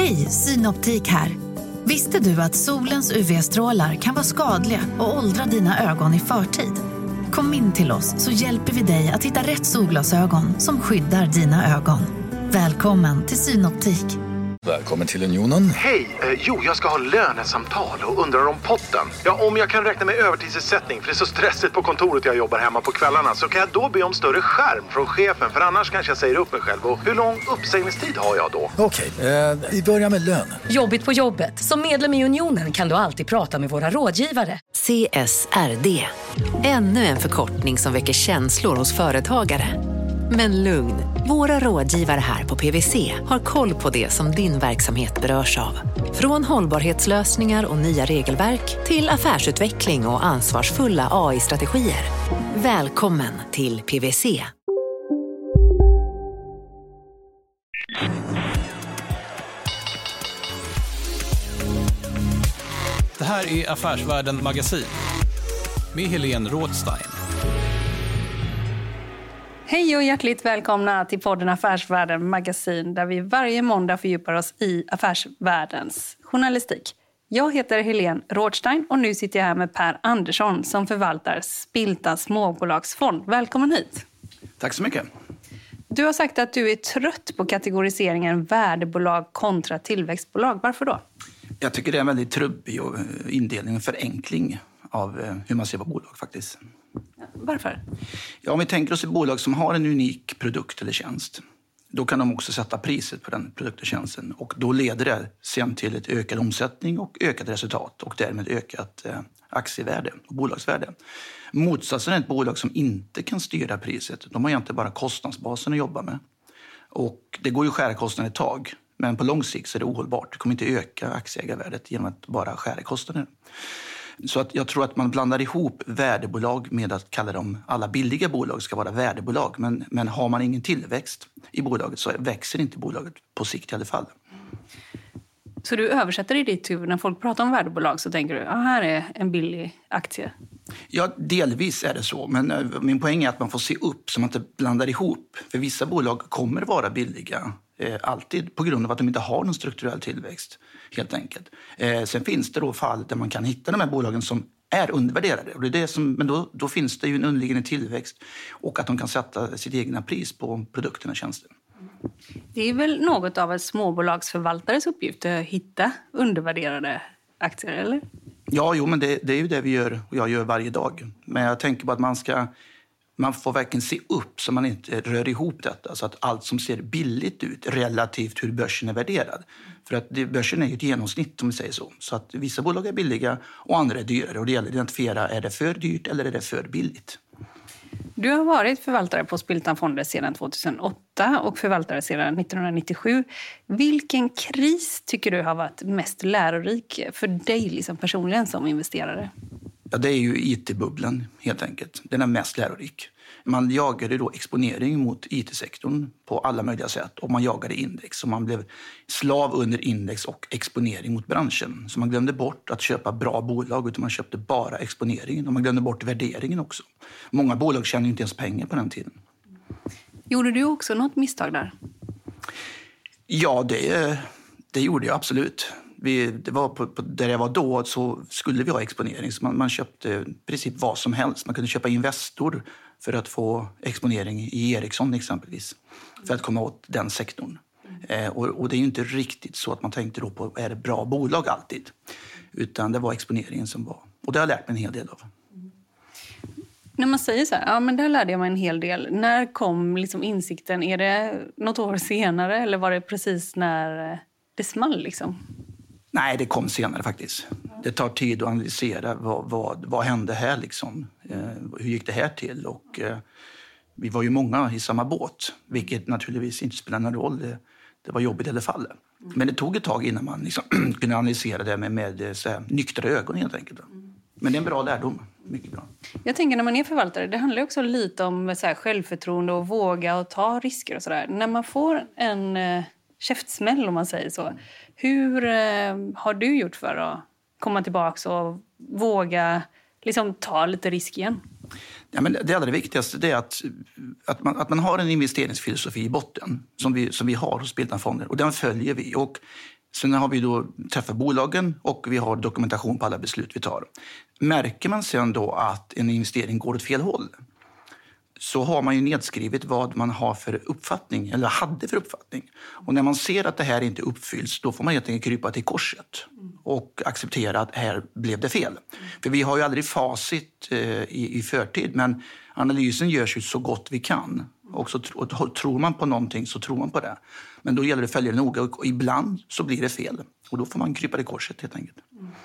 Hej, Synoptik här. Visste du att solens UV-strålar kan vara skadliga och åldra dina ögon i förtid? Kom in till oss så hjälper vi dig att hitta rätt solglasögon som skyddar dina ögon. Välkommen till Synoptik. Välkommen till Unionen. Hej, jag ska ha lönesamtal och undrar om potten. Ja, om jag kan räkna med övertidsersättning för det är så stressigt på kontoret jag jobbar hemma på kvällarna, så kan jag då be om större skärm från chefen, för annars kanske jag säger upp mig själv. Och hur lång uppsägningstid har jag då? Okej, vi börjar med lön. Jobbigt på jobbet. Som medlem i Unionen kan du alltid prata med våra rådgivare. CSRD. Ännu en förkortning som väcker känslor hos företagare. Men lugn, våra rådgivare här på PwC har koll på det som din verksamhet berörs av. Från hållbarhetslösningar och nya regelverk till affärsutveckling och ansvarsfulla AI-strategier. Välkommen till PwC. Det här är Affärsvärlden Magasin med Helene Rådstein. Hej och hjärtligt välkomna till podden Affärsvärlden Magasin, där vi varje måndag fördjupar oss i affärsvärldens journalistik. Jag heter Helene Rådstein och nu sitter jag här med Per Andersson som förvaltar Spiltan småbolagsfond. Välkommen hit. Tack så mycket. Du har sagt att du är trött på kategoriseringen värdebolag kontra tillväxtbolag. Varför då? Jag tycker det är en väldigt trubbig indelning och förenkling av hur man ser på bolag faktiskt. Varför? Ja, om vi tänker oss ett bolag som har en unik produkt eller tjänst, då kan de också sätta priset på den produkt och tjänsten. Och då leder det sen till ett ökad omsättning och ökat resultat och därmed ökat aktievärde och bolagsvärde. Motsatsen är ett bolag som inte kan styra priset. De har egentligen bara kostnadsbasen att jobba med. Och det går ju att skära kostnaden ett tag, men på lång sikt så är det ohållbart. Det kommer inte öka aktieägarvärdet genom att bara skära kostnaden. Så att jag tror att man blandar ihop värdebolag med att kalla dem alla billiga bolag ska vara värdebolag. Men har man ingen tillväxt i bolaget så växer inte bolaget på sikt i alla fall. Så du översätter i ditt huvud när folk pratar om värdebolag så tänker du här är en billig aktie? Ja, delvis är det så. Men min poäng är att man får se upp så man inte blandar ihop. För vissa bolag kommer vara billiga alltid på grund av att de inte har någon strukturell tillväxt. Helt enkelt. Sen finns det då fall där man kan hitta de här bolagen som är undervärderade. Och det är det som, men då finns det ju en underliggande tillväxt och att de kan sätta sitt egna pris på produkterna och tjänster. Det är väl något av en småbolagsförvaltares uppgift att hitta undervärderade aktier, eller? Ja, men det är ju det vi gör och jag gör varje dag. Men jag tänker på att man får verkligen se upp så man inte rör ihop detta. Så att allt som ser billigt ut relativt hur börsen är värderad. För att börsen är ju ett genomsnitt om vi säger så. Så att vissa bolag är billiga och andra är dyrare. Och det gäller att identifiera, är det för dyrt eller är det för billigt? Du har varit förvaltare på Spiltan Fonder sedan 2008 och förvaltare sedan 1997. Vilken kris tycker du har varit mest lärorik för dig liksom personligen som investerare? Ja, det är ju IT-bubblan helt enkelt. Den är mest lärorik. Man jagade då exponering mot IT-sektorn på alla möjliga sätt. Och man jagade index. Och man blev slav under index och exponering mot branschen. Så man glömde bort att köpa bra bolag utan man köpte bara exponeringen. Och man glömde bort värderingen också. Många bolag tjänade inte ens pengar på den tiden. Gjorde du också något misstag där? Ja, det gjorde jag absolut. Det var där jag var då så skulle vi ha exponering. Så man köpte i princip vad som helst. Man kunde köpa Investor för att få exponering i Ericsson exempelvis. För att komma åt den sektorn. Och det är ju inte riktigt så att man tänkte då på är det bra bolag alltid. Utan det var exponeringen som var. Och det har jag lärt mig en hel del av. När man säger så här, ja men där lärde jag mig en hel del. När kom liksom insikten? Är det något år senare eller var det precis när det small liksom? Nej, det kom senare faktiskt. Det tar tid att analysera vad hände här liksom. Hur gick det här till? Och vi var ju många i samma båt, vilket naturligtvis inte spelar någon roll. Det var jobbigt i alla fall. Men det tog ett tag innan man liksom kunde analysera det med så här, nyktra ögon helt enkelt. Men det är en bra lärdom. Mycket bra. Jag tänker när man är förvaltare, det handlar också lite om så här, självförtroende och våga och ta risker och sådär. När man får en käftsmäll om man säger så. Hur har du gjort för att komma tillbaka och våga liksom, ta lite risk igen? Ja, men det allra viktigaste är att man har en investeringsfilosofi i botten som vi har hos Spiltan Fonder. Och den följer vi. Och Sen har vi då träffat bolagen och vi har dokumentation på alla beslut vi tar. Märker man sen då att en investering går åt fel håll, så har man ju nedskrivet vad man har för uppfattning, eller hade för uppfattning. Och när man ser att det här inte uppfylls, då får man helt enkelt krypa till korset och acceptera att här blev det fel. För vi har ju aldrig facit i förtid, men analysen görs ju så gott vi kan. Och tror man på någonting så tror man på det. Men då gäller det att följa det noga och ibland så blir det fel. Och då får man krypa till korset helt enkelt.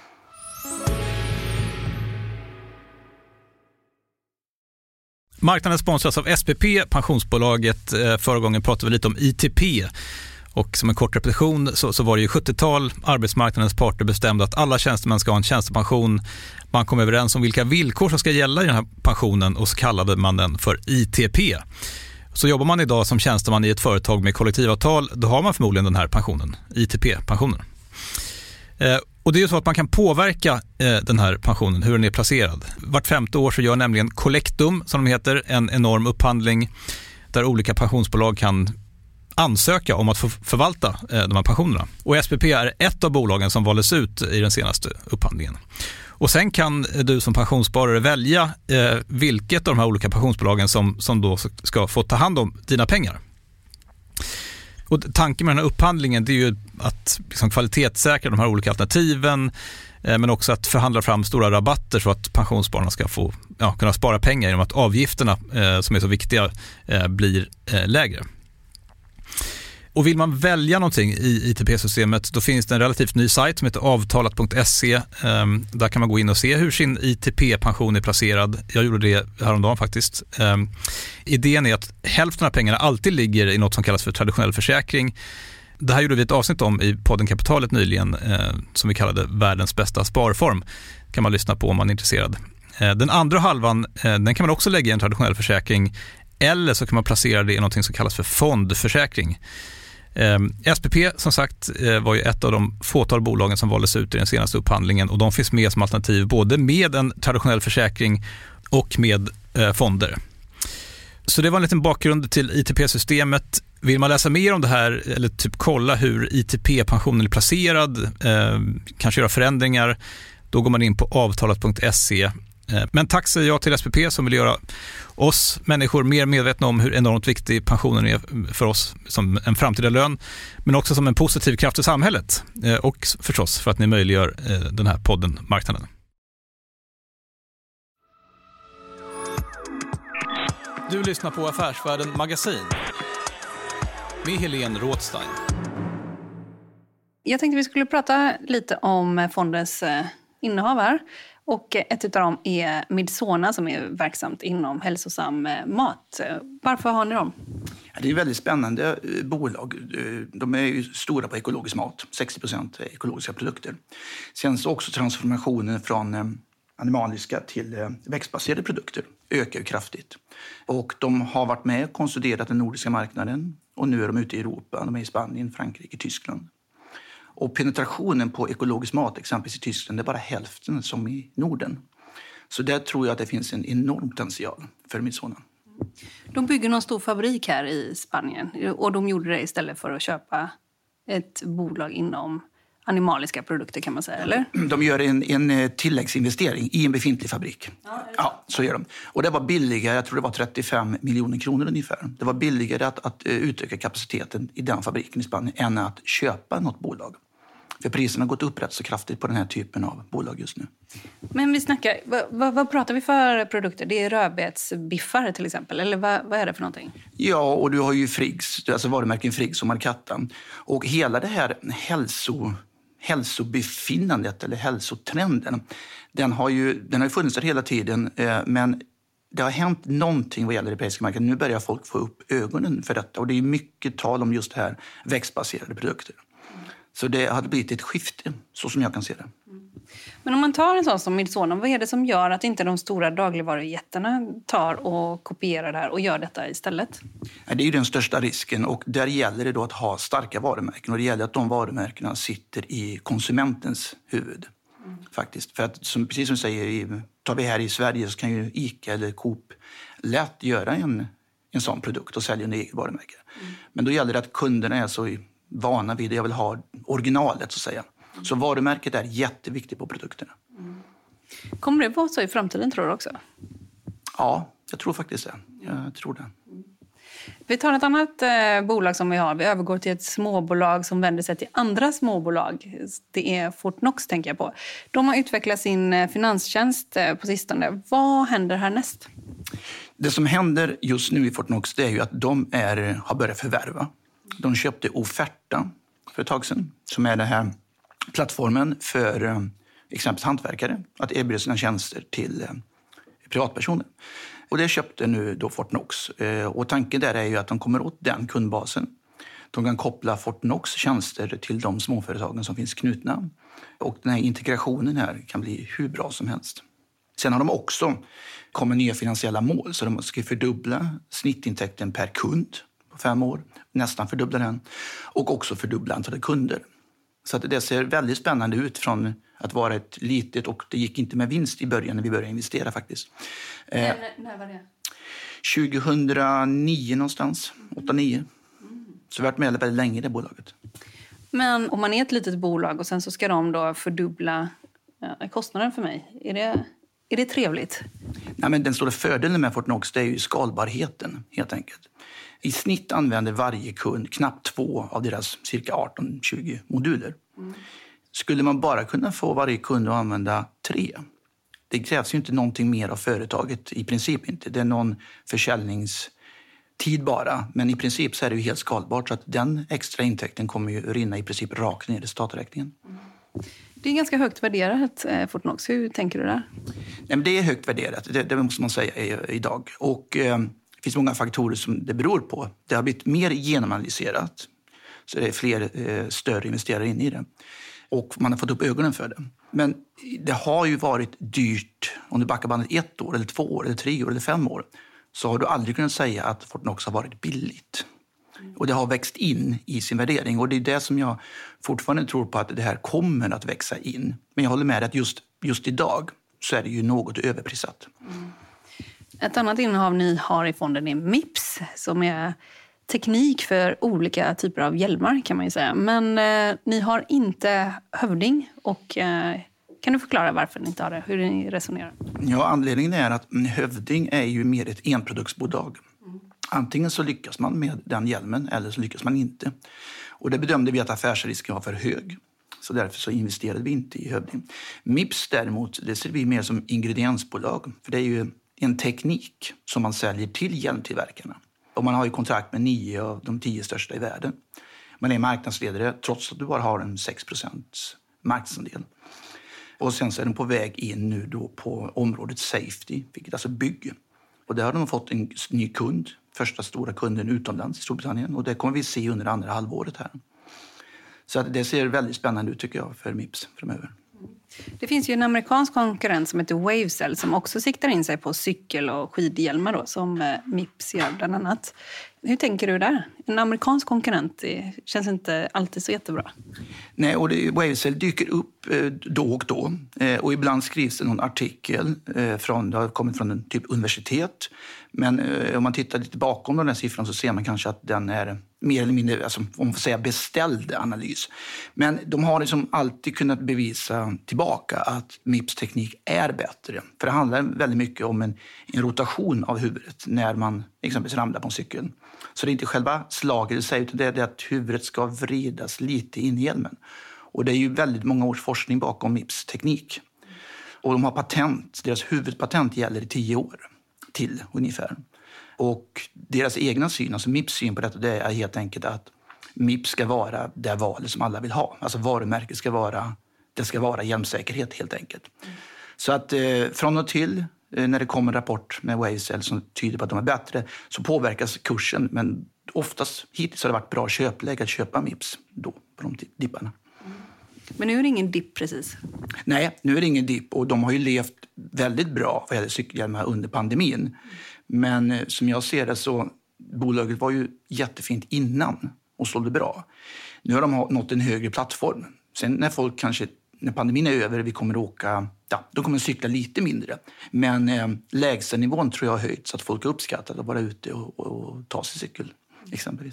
Marknaden sponsras av SPP, pensionsbolaget. Förra gången pratade vi lite om ITP. Och som en kort repetition så var det ju 70-tal. Arbetsmarknadens parter bestämde att alla tjänstemän ska ha en tjänstepension. Man kom överens om vilka villkor som ska gälla i den här pensionen och så kallade man den för ITP. Så jobbar man idag som tjänsteman i ett företag med kollektivavtal, då har man förmodligen den här pensionen, ITP-pensionen. Och det är ju så att man kan påverka den här pensionen, hur den är placerad. Vart 5:e år så gör nämligen Collectum, som de heter, en enorm upphandling där olika pensionsbolag kan ansöka om att få förvalta de här pensionerna. Och SPP är ett av bolagen som valdes ut i den senaste upphandlingen. Och sen kan du som pensionssparare välja vilket av de här olika pensionsbolagen som då ska få ta hand om dina pengar. Och tanken med den här upphandlingen, det är ju att liksom kvalitetssäkra de här olika alternativen, men också att förhandla fram stora rabatter så att pensionsspararna ska få kunna spara pengar genom att avgifterna som är så viktiga blir lägre. Och vill man välja någonting i ITP-systemet, då finns det en relativt ny sajt som heter avtalat.se. Där kan man gå in och se hur sin ITP-pension är placerad. Jag gjorde det häromdagen faktiskt. Idén är att hälften av pengarna alltid ligger i något som kallas för traditionell försäkring. Det här gjorde vi ett avsnitt om i podden Kapitalet nyligen, som vi kallade världens bästa sparform. Kan man lyssna på om man är intresserad. Den andra halvan, den kan man också lägga i en traditionell försäkring, eller så kan man placera det i något som kallas för fondförsäkring. SPP som sagt var ju ett av de fåtal bolagen som valdes ut i den senaste upphandlingen, och de finns med som alternativ både med en traditionell försäkring och med fonder. Så det var en liten bakgrund till ITP-systemet. Vill man läsa mer om det här eller typ kolla hur ITP-pensionen är placerad, kanske göra förändringar, då går man in på avtalat.se. Men tack säger jag till SPP som vill göra oss människor mer medvetna om hur enormt viktig pensionen är för oss som en framtida lön, men också som en positiv kraft i samhället, och förstås för att ni möjliggör den här podden Marknaden. Du lyssnar på Affärsvärlden Magasin med Helene Rådstein. Jag tänkte vi skulle prata lite om fondens innehav här. Och ett av dem är Midsona som är verksamt inom hälsosam mat. Varför har ni dem? Ja, det är väldigt spännande bolag. De är ju stora på ekologisk mat. 60% är ekologiska produkter. Sen så också transformationen från animaliska till växtbaserade produkter ökar ju kraftigt. Och de har varit med och konsoliderat den nordiska marknaden. Och nu är de ute i Europa. De är i Spanien, Frankrike, Tyskland. Och penetrationen på ekologisk mat, exempelvis i Tyskland, det är bara hälften som i Norden. Så där tror jag att det finns en enorm potential för Midsona. De bygger någon stor fabrik här i Spanien. Och de gjorde det istället för att köpa ett bolag inom animaliska produkter, kan man säga, eller? De gör en tilläggsinvestering i en befintlig fabrik. Ja, så gör de. Och det var billigare, jag tror det var 35 miljoner kronor ungefär. Det var billigare att utöka kapaciteten i den fabriken i Spanien än att köpa något bolag. För priserna har gått upp rätt så kraftigt på den här typen av bolag just nu. Men vi snackar, vad pratar vi för produkter? Det är rödbetsbiffar till exempel, eller vad är det för någonting? Ja, och du har ju Friggs, alltså varumärken Friggs och Marcatta. Och hela det här hälsobefinnandet eller hälsotrenden, den har ju funnits där hela tiden, men det har hänt någonting vad gäller europeiska marknaden. Nu börjar folk få upp ögonen för detta, och det är mycket tal om just det här växtbaserade produkter. Så det hade blivit ett skifte, så som jag kan se det. Men om man tar en sån som Midsona, vad är det som gör att inte de stora dagligvarujättarna tar och kopierar det här och gör detta istället? Det är ju den största risken, och där gäller det då att ha starka varumärken. Och det gäller att de varumärkena sitter i konsumentens huvud. Faktiskt. För att precis som du säger, tar vi här i Sverige så kan ju ICA eller Coop lätt göra en sån produkt och sälja en egen varumärke. Men då gäller det att kunderna är så vana vid. Jag vill ha originalet så att säga. Så varumärket är jätteviktigt på produkterna. Kommer det vara så i framtiden tror du också? Ja, jag tror faktiskt det. Jag tror det. Vi tar ett annat bolag som vi har. Vi övergår till ett småbolag som vänder sig till andra småbolag. Det är Fortnox tänker jag på. De har utvecklat sin finanstjänst på sistone. Vad händer härnäst? Det som händer just nu i Fortnox det är ju att de har börjat förvärva. De köpte Offerta för ett tag sedan, som är den här plattformen för exempelvis hantverkare att erbjuda sina tjänster till privatpersoner. Och det köpte nu då Fortnox. Och tanken där är ju att de kommer åt den kundbasen. De kan koppla Fortnox tjänster till de småföretagen som finns knutna. Och den här integrationen här kan bli hur bra som helst. Sen har de också kommit nya finansiella mål. Så de ska fördubbla snittintäkten per kund på 5 år. Nästan fördubbla den. Och också fördubbla antalet kunder. Så att det ser väldigt spännande ut från att vara ett litet, och det gick inte med vinst i början när vi började investera faktiskt. När var det? 2009 någonstans, 8-9. Så vi har varit med väldigt länge i det bolaget. Men om man är ett litet bolag och sen så ska de då fördubbla kostnaden för mig. Är det trevligt? Nej, men den stora fördelen med Fortnox det är ju skalbarheten helt enkelt. I snitt använder varje kund knappt 2 av deras cirka 18-20 moduler. Skulle man bara kunna få varje kund att använda 3? Det krävs ju inte någonting mer av företaget, i princip inte. Det är någon försäljningstid bara, men i princip så är det ju helt skalbart. Så att den extra intäkten kommer ju rinna i princip rakt ner i starträkningen. Det är ganska högt värderat Fortnox. Hur tänker du där? Nej, men det är högt värderat, det måste man säga idag. Och det finns många faktorer som det beror på. Det har blivit mer genomanalyserat, så det är fler större investerare inne i det. Och man har fått upp ögonen för det. Men det har ju varit dyrt, om du backar bandet 1 år, eller 2 år, eller 3 år, eller 5 år, så har du aldrig kunnat säga att Fortnox har varit billigt. Och det har växt in i sin värdering. Och det är det som jag fortfarande tror på, att det här kommer att växa in. Men jag håller med att just idag så är det ju något överprissatt. Ett annat innehav ni har i fonden är Mips, som är teknik för olika typer av hjälmar kan man ju säga. Men ni har inte Hövding, och kan du förklara varför ni inte har det? Hur ni resonerar? Ja, anledningen är att Hövding är ju mer ett enproduktsbolag. Antingen så lyckas man med den hjälmen eller så lyckas man inte. Och det bedömde vi att affärsrisken var för hög. Så därför så investerade vi inte i Hövding. Mips däremot, det ser vi mer som ingrediensbolag. För det är ju en teknik som man säljer till hjälmtillverkarna. Och man har ju kontrakt med 9 av de 10 största i världen. Man är marknadsledare trots att du bara har en 6% marknadsandel. Och sen så är den på väg in nu då på området safety, vilket alltså bygge. Och där har de fått en ny kund, första stora kunden utomlands i Storbritannien. Och det kommer vi se under andra halvåret här. Så att det ser väldigt spännande ut tycker jag för Mips framöver. Det finns ju en amerikansk konkurrent som heter Wavecell som också siktar in sig på cykel- och skidhjälmar då, som Mips gör bland annat. Hur tänker du där? En amerikansk konkurrent det känns inte alltid så jättebra. Nej, och Wavecell dyker upp då och då. Och ibland skrivs det någon artikel det har kommit från en typ universitet. Men om man tittar lite bakom den här siffran så ser man kanske att den är mer eller mindre, alltså, om man får säga, beställd analys. Men de har liksom alltid kunnat bevisa tillbaka att Mips teknik är bättre. För det handlar väldigt mycket om en rotation av huvudet när man exempelvis ramlar på en cykel. Så det är inte själva slaget i sig, utan det är att huvudet ska vridas lite in i hjälmen. Och det är ju väldigt många års forskning bakom Mips teknik. Och de har patent, deras huvudpatent gäller i 10 år till ungefär. Och deras egna syn, alltså Mips syn på detta, det är helt enkelt att Mips ska vara det valet som alla vill ha. Alltså varumärket ska vara hjälmsäkerhet helt enkelt. Så att från och till när det kommer en rapport med Wavecell som tyder på att de är bättre så påverkas kursen. Men oftast hittills har det varit bra köpläge att köpa Mips då på de dipparna. Men nu är det ingen dipp precis. Nej, nu är det ingen dipp och de har ju levt väldigt bra vad gäller cykelhjälmar under pandemin. Men som jag ser det så bolaget var ju jättefint innan och sålde bra. Nu har de nått en högre plattform. Sen när pandemin är över, vi kommer att åka, då kommer de cykla lite mindre. Men lägsta nivån tror jag har höjt så att folk har uppskattat att vara ute och ta sig cykel exempelvis.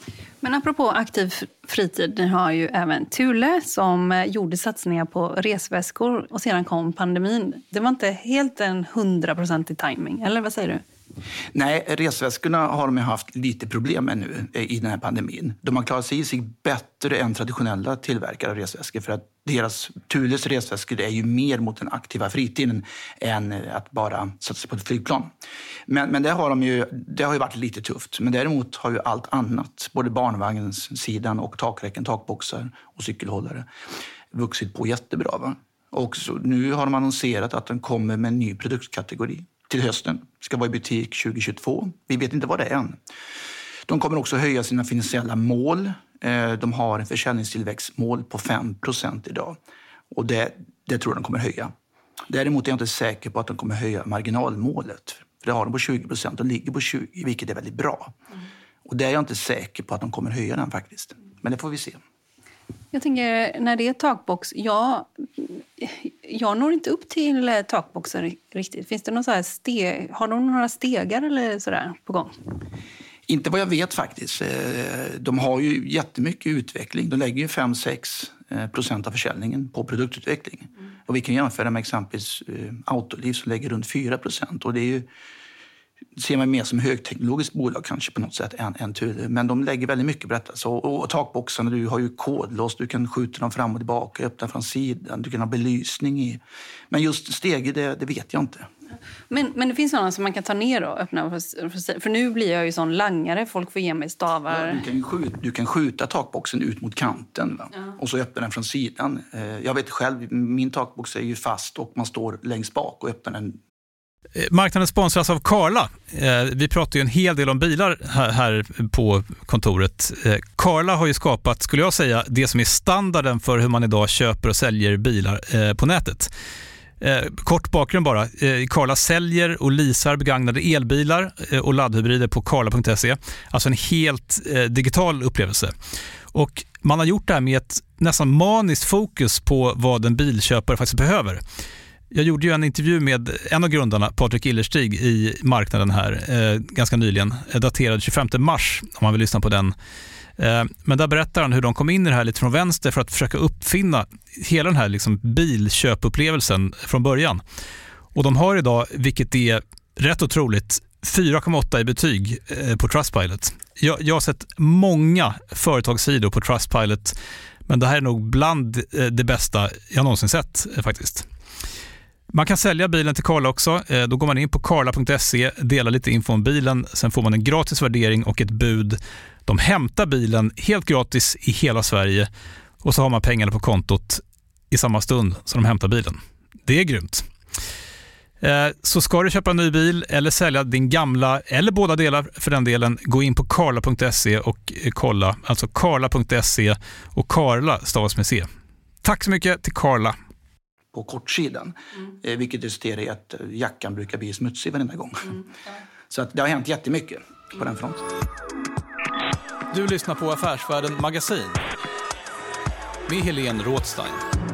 Men apropå aktiv fritid, ni har ju även Thule som gjorde satsningar på resväskor och sedan kom pandemin. Det var inte helt en 100% timing, eller vad säger du? Nej, resväskorna har de haft lite problem med nu i den här pandemin. De har klarat sig bättre än traditionella tillverkare av resväskor för att Thules resväskor är ju mer mot den aktiva fritiden än att bara satsa på ett flygplan. Men det har ju varit lite tufft. Men däremot har ju allt annat, både barnvagnens sidan och takräcken, takboxar och cykelhållare, vuxit på jättebra. Va? Och så, nu har de annonserat att den kommer med en ny produktkategori till hösten. Ska vara i butik 2022. Vi vet inte vad det är än. De kommer också höja sina finansiella mål. De har en försäljningstillväxtmål på 5% idag. Och det tror jag de kommer höja. Däremot är jag inte säker på att de kommer höja marginalmålet. För det har de på 20%. De ligger på 20%, vilket är väldigt bra. Och det är jag inte säker på att de kommer höja den faktiskt. Men det får vi se. Jag tänker, när det är takbox, jag når inte upp till takboxen riktigt. Finns det någon så här har de några stegar eller sådär på gång? Inte vad jag vet faktiskt. De har ju jättemycket utveckling. De lägger ju 5-6% av försäljningen på produktutveckling. Och vi kan jämföra med exempelvis Autoliv som lägger runt 4%. Och det är ju, ser man mer som högteknologiskt bolag kanske på något sätt än Thule. Men de lägger väldigt mycket på detta. Så, och takboxarna, du har ju kodlås, du kan skjuta dem fram och tillbaka, öppna från sidan, du kan ha belysning i. Men just steg, det vet jag inte. Men det finns sådana som man kan ta ner och öppna för nu blir jag ju sån langare, folk får ge mig stavar. Ja, du kan skjuta takboxen ut mot kanten va? Ja. Och så öppna den från sidan. Jag vet själv, min takbox är ju fast och man står längst bak och öppnar den. Marknaden sponsras av Carla. Vi pratar ju en hel del om bilar här på kontoret. Carla har ju skapat, skulle jag säga, det som är standarden för hur man idag köper och säljer bilar på nätet. Kort bakgrund bara. Carla säljer och leasar begagnade elbilar och laddhybrider på carla.se. Alltså en helt digital upplevelse. Och man har gjort det här med ett nästan maniskt fokus på vad en bilköpare faktiskt behöver. Jag gjorde ju en intervju med en av grundarna, Patrik Illerstig, i marknaden här ganska nyligen, daterad 25 mars om man vill lyssna på den. Men där berättar han hur de kom in i det här lite från vänster för att försöka uppfinna hela den här liksom bilköpupplevelsen från början. Och de har idag, vilket är rätt otroligt, 4,8 i betyg på Trustpilot. Jag har sett många företagssidor på Trustpilot, men det här är nog bland det bästa jag någonsin sett faktiskt. Man kan sälja bilen till Carla också. Då går man in på carla.se, delar lite info om bilen. Sen får man en gratis värdering och ett bud. De hämtar bilen helt gratis i hela Sverige. Och så har man pengarna på kontot i samma stund som de hämtar bilen. Det är grymt. Så ska du köpa en ny bil eller sälja din gamla, eller båda delar för den delen, gå in på carla.se och kolla. Alltså carla.se och Carla stavas med C. Tack så mycket till Carla. På kortsidan, vilket resulterar i att jackan brukar bli smutsig varenda gång. Så att det har hänt jättemycket på den fronten. Du lyssnar på Affärsvärlden Magasin med Helene Rådstein.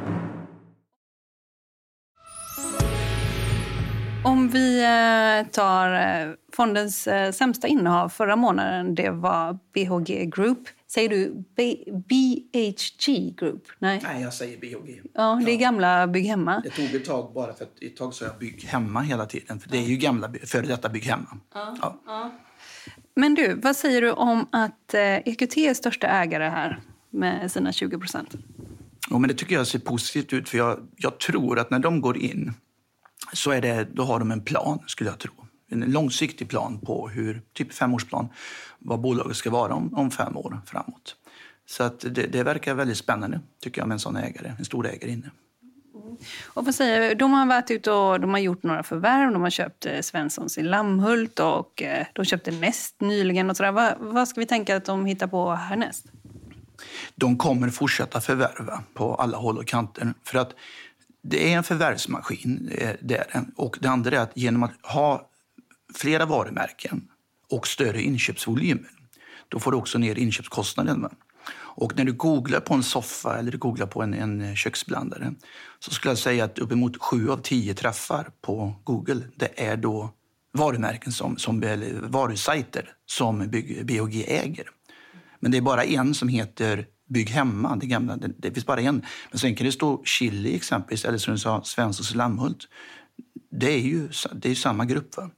Om vi tar fondens sämsta innehav förra månaden, det var BHG Group. Säger du BHG Group? Nej, jag säger BHG. Ja, det är gamla Bygghemma. Det tog ett tag bara för att ett tag så jag Bygghemma hela tiden. För det är ju gamla före detta Bygghemma. Ja. Men du, vad säger du om att EQT är största ägare här med sina 20%? Ja, men det tycker jag ser positivt ut. För jag tror att när de går in så då har de en plan, skulle jag tro. En långsiktig plan på hur, typ 5-årsplan, vad bolaget ska vara om 5 år framåt. Så att det verkar väldigt spännande, tycker jag, med en sån ägare, en stor ägare inne. Och vad säger du? De har varit ute och de har gjort några förvärv. De har köpt Svenssons i Lammhult och de köpte Nest nyligen. Och sådär. Vad ska vi tänka att de hittar på härnäst? De kommer fortsätta förvärva på alla håll och kanter. För att det är en förvärvsmaskin där. Och det andra är att genom att ha flera varumärken och större inköpsvolymer, då får du också ner inköpskostnaden. Och när du googlar på en soffa eller du googlar på en köksblandare, så skulle jag säga att uppemot 7 av 10 träffar på Google, det är då varumärken som varusajter som BHG äger. Men det är bara en som heter Bygg hemma, det gamla. Det finns bara en. Men sen kan det stå Chili exempelvis, eller som du sa, Svenssons Lammhult. Det är ju samma grupp, va?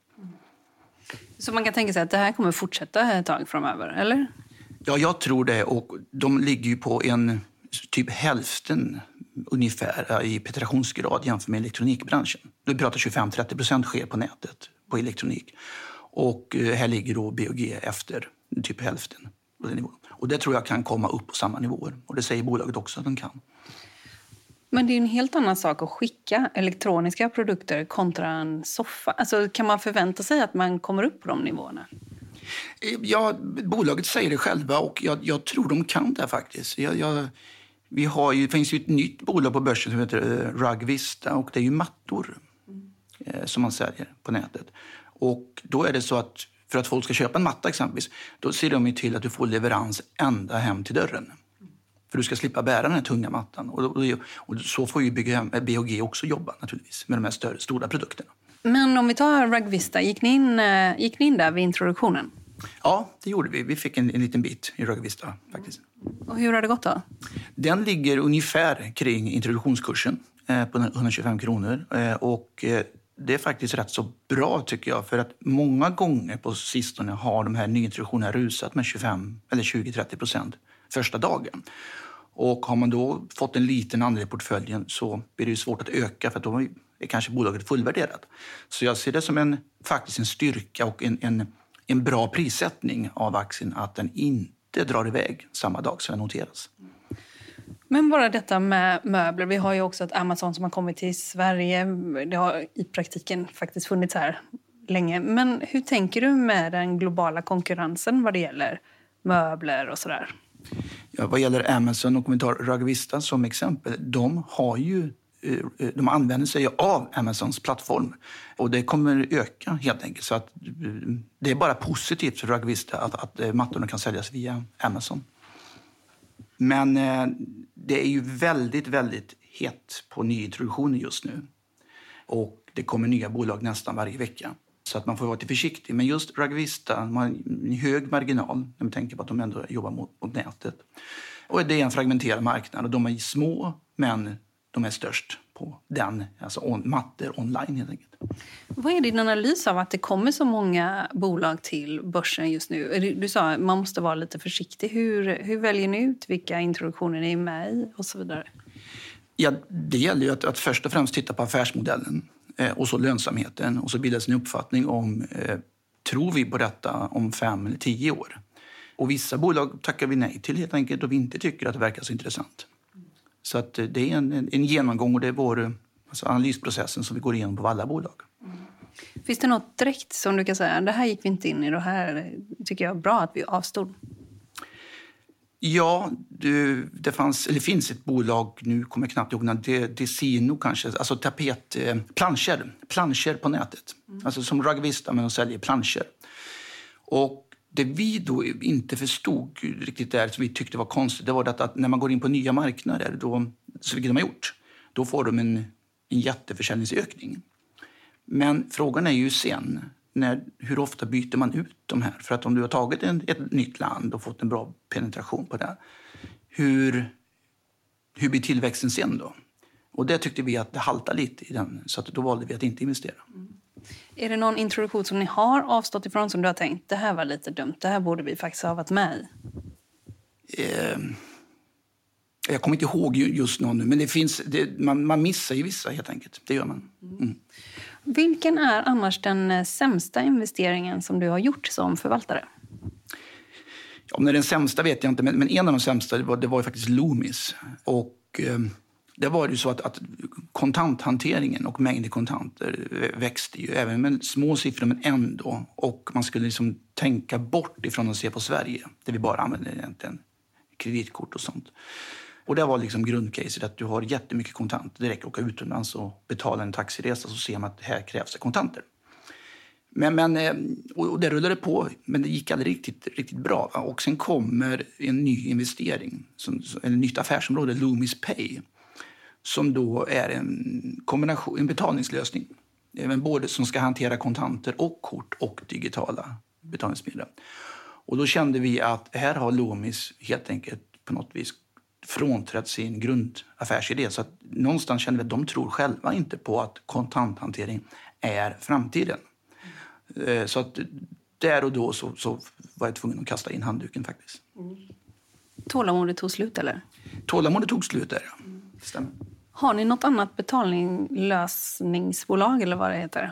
Så man kan tänka sig att det här kommer fortsätta ett tag framöver, eller? Ja, jag tror det. Och de ligger ju på en typ hälften ungefär i penetrationsgrad jämfört med elektronikbranschen. Vi pratar 25-30% sker på nätet på elektronik. Och här ligger då BOG efter typ hälften på den nivån. Och det tror jag kan komma upp på samma nivåer. Och det säger bolaget också att den kan. Men det är en helt annan sak att skicka elektroniska produkter kontra en soffa. Alltså, kan man förvänta sig att man kommer upp på de nivåerna? Ja, bolaget säger det själva och jag tror de kan det faktiskt. Det finns ju ett nytt bolag på börsen som heter Rugvista och det är ju mattor som man säljer på nätet. Och då är det så att för att folk ska köpa en matta exempelvis, då ser de ju till att du får leverans ända hem till dörren. För du ska slippa bära den här tunga mattan. Och så får ju BOG också jobba naturligtvis med de här stora produkterna. Men om vi tar Rugvista, gick ni in där vid introduktionen? Ja, det gjorde vi. Vi fick en liten bit i Rugvista faktiskt. Och hur har det gått då? Den ligger ungefär kring introduktionskursen på 125 kronor. Och det är faktiskt rätt så bra tycker jag. För att många gånger på sistone har de här nyintroduktionerna rusat med 25 eller 20-30% första dagen. Och har man då fått en liten andel i portföljen så blir det ju svårt att öka för att då är kanske bolaget fullvärderat. Så jag ser det som faktiskt en styrka och en bra prissättning av aktien att den inte drar iväg samma dag som den noteras. Men bara detta med möbler. Vi har ju också ett Amazon som har kommit till Sverige. Det har i praktiken faktiskt funnits här länge. Men hur tänker du med den globala konkurrensen vad det gäller möbler och sådär? Ja, vad gäller Amazon och om vi tar Rugvista som exempel, de använder sig av Amazons plattform och det kommer öka helt enkelt. Så att det är bara positivt för Rugvista att mattorna kan säljas via Amazon. Men det är ju väldigt, väldigt hett på nyintroduktioner just nu. Och det kommer nya bolag nästan varje vecka. Så att man får vara lite försiktig. Men just Rugvista har en hög marginal när man tänker på att de ändå jobbar mot nätet. Och det är en fragmenterad marknad och de är små men de är störst på den, alltså mattor online helt enkelt. Vad är din analys av att det kommer så många bolag till börsen just nu? Du sa att man måste vara lite försiktig. Hur väljer ni ut vilka introduktioner ni är med i och så vidare? Ja, det gäller ju att först och främst titta på affärsmodellen och så lönsamheten och så bildas en uppfattning om tror vi på detta om 5 eller 10 år. Och vissa bolag tackar vi nej till helt enkelt och vi inte tycker att det verkar så intressant. Så att det är en genomgång och det är vår analysprocessen som vi går igenom på alla bolag. Finns det något direkt som du kan säga, det här gick vi inte in i, det här tycker jag är bra att vi avstod? Ja, det finns ett bolag, nu kommer jag knappt ihåg, Decino kanske, alltså planscher på nätet. Alltså som Rugvista men de säljer planscher. Och det vi då inte förstod riktigt där som vi tyckte var konstigt, det var att när man går in på nya marknader, så vilket de har gjort, då får de en jätteförsäljningsökning. Men frågan är ju sen, hur ofta byter man ut de här? För att om du har tagit ett nytt land och fått en bra penetration på det, hur blir tillväxten sen då? Och det tyckte vi att det haltar lite i den, så att då valde vi att inte investera. Är det någon introduktion som ni har avstått ifrån som du har tänkt, det här var lite dumt, det här borde vi faktiskt ha varit med i? Jag kommer inte ihåg just någon nu, men det finns, man missar ju vissa helt enkelt, det gör man. Mm. Vilken är annars den sämsta investeringen som du har gjort som förvaltare? Om det är den sämsta vet jag inte, men en av de sämsta det var ju faktiskt Loomis. Och det var ju så att kontanthanteringen och mängden kontanter växte ju, även med små siffror men ändå. Och man skulle liksom tänka bort ifrån att se på Sverige, där vi bara använder egentligen kreditkort och sånt. Och det var liksom grundcaset att du har jättemycket kontanter. Det räcker att åka utomlands och betala en taxiresa så ser man att här krävs det kontanter. Och det rullade på, men det gick aldrig riktigt bra. Och sen kommer en ny investering, en nytt affärsområde, Loomis Pay, som då är en betalningslösning. Även både som ska hantera kontanter och kort och digitala betalningsmedel. Och då kände vi att här har Loomis helt enkelt på något vis frånträtt sin grundaffärsidé. Så att någonstans kände vi att de tror själva inte på att kontanthantering är framtiden. Så att där och då så var jag tvungen att kasta in handduken faktiskt. Tålamodet tog slut, eller? Tålamodet tog slut där, ja. Stämmer. Har ni något annat betalningslösningsbolag eller vad det heter?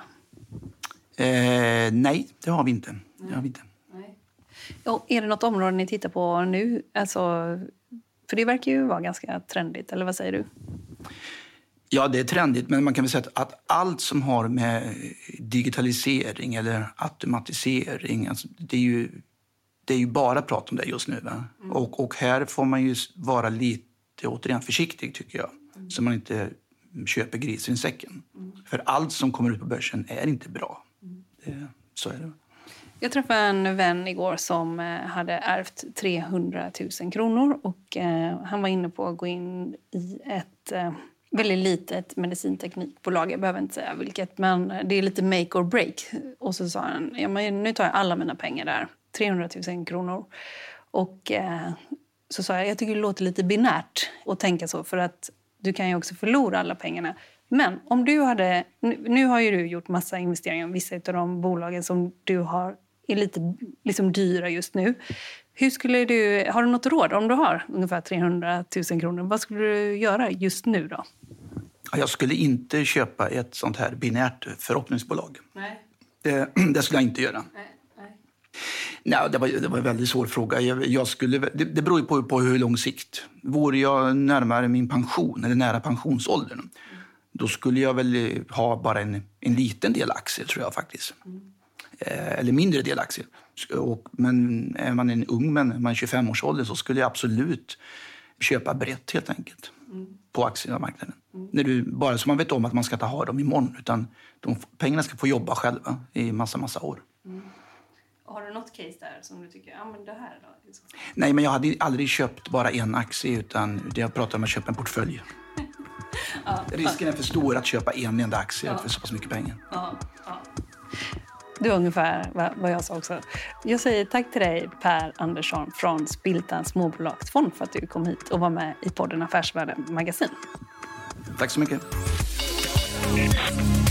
Nej, det har vi inte. Nej. Och är det något område ni tittar på nu? Alltså, för det verkar ju vara ganska trendigt, eller vad säger du? Ja, det är trendigt, men man kan väl säga att allt som har med digitalisering eller automatisering, alltså det är ju bara prat om det just nu. Va? Och här får man ju vara lite återigen försiktig, tycker jag. Så man inte köper grisen i säcken. För allt som kommer ut på börsen är inte bra. Så är det. Jag träffade en vän igår som hade ärvt 300 000 kronor. Och han var inne på att gå in i ett väldigt litet medicinteknikbolag. Jag behöver inte säga vilket, men det är lite make or break. Och så sa han, ja, men nu tar jag alla mina pengar där. 300 000 kronor. Och så sa jag tycker det låter lite binärt att tänka så. För att du kan ju också förlora alla pengarna. Men om du hade, nu har ju du gjort massa investeringar. Vissa av de bolagen som du har är lite liksom dyra just nu. Hur skulle du, har du något råd om du har ungefär 300 000 kronor? Vad skulle du göra just nu då? Jag skulle inte köpa ett sånt här binärt förhoppningsbolag. Nej. Det skulle jag inte göra. Nej, det var en väldigt svår fråga. Det beror ju på hur lång sikt. Vore jag närmare min pension eller nära pensionsåldern, då skulle jag väl ha bara en liten del aktier, tror jag faktiskt. Eller mindre del aktier. Men är man en ung man är 25-årsåldern, så skulle jag absolut köpa brett helt enkelt på aktiemarknaden. Bara så man vet om att man ska inte ha dem imorgon, utan pengarna ska få jobba själva i massa år. Har du något case där som du tycker, ja men det här då? Liksom? Nej, men jag hade aldrig köpt bara en aktie, utan jag pratar om att köpa en portfölj. Risken är för stor att köpa en enda aktie för så pass mycket pengar. Det är ungefär vad jag sa också. Jag säger tack till dig, Per Andersson från Spiltan Småbolagsfond, för att du kom hit och var med i podden Affärsvärlden Magasin. Tack så mycket.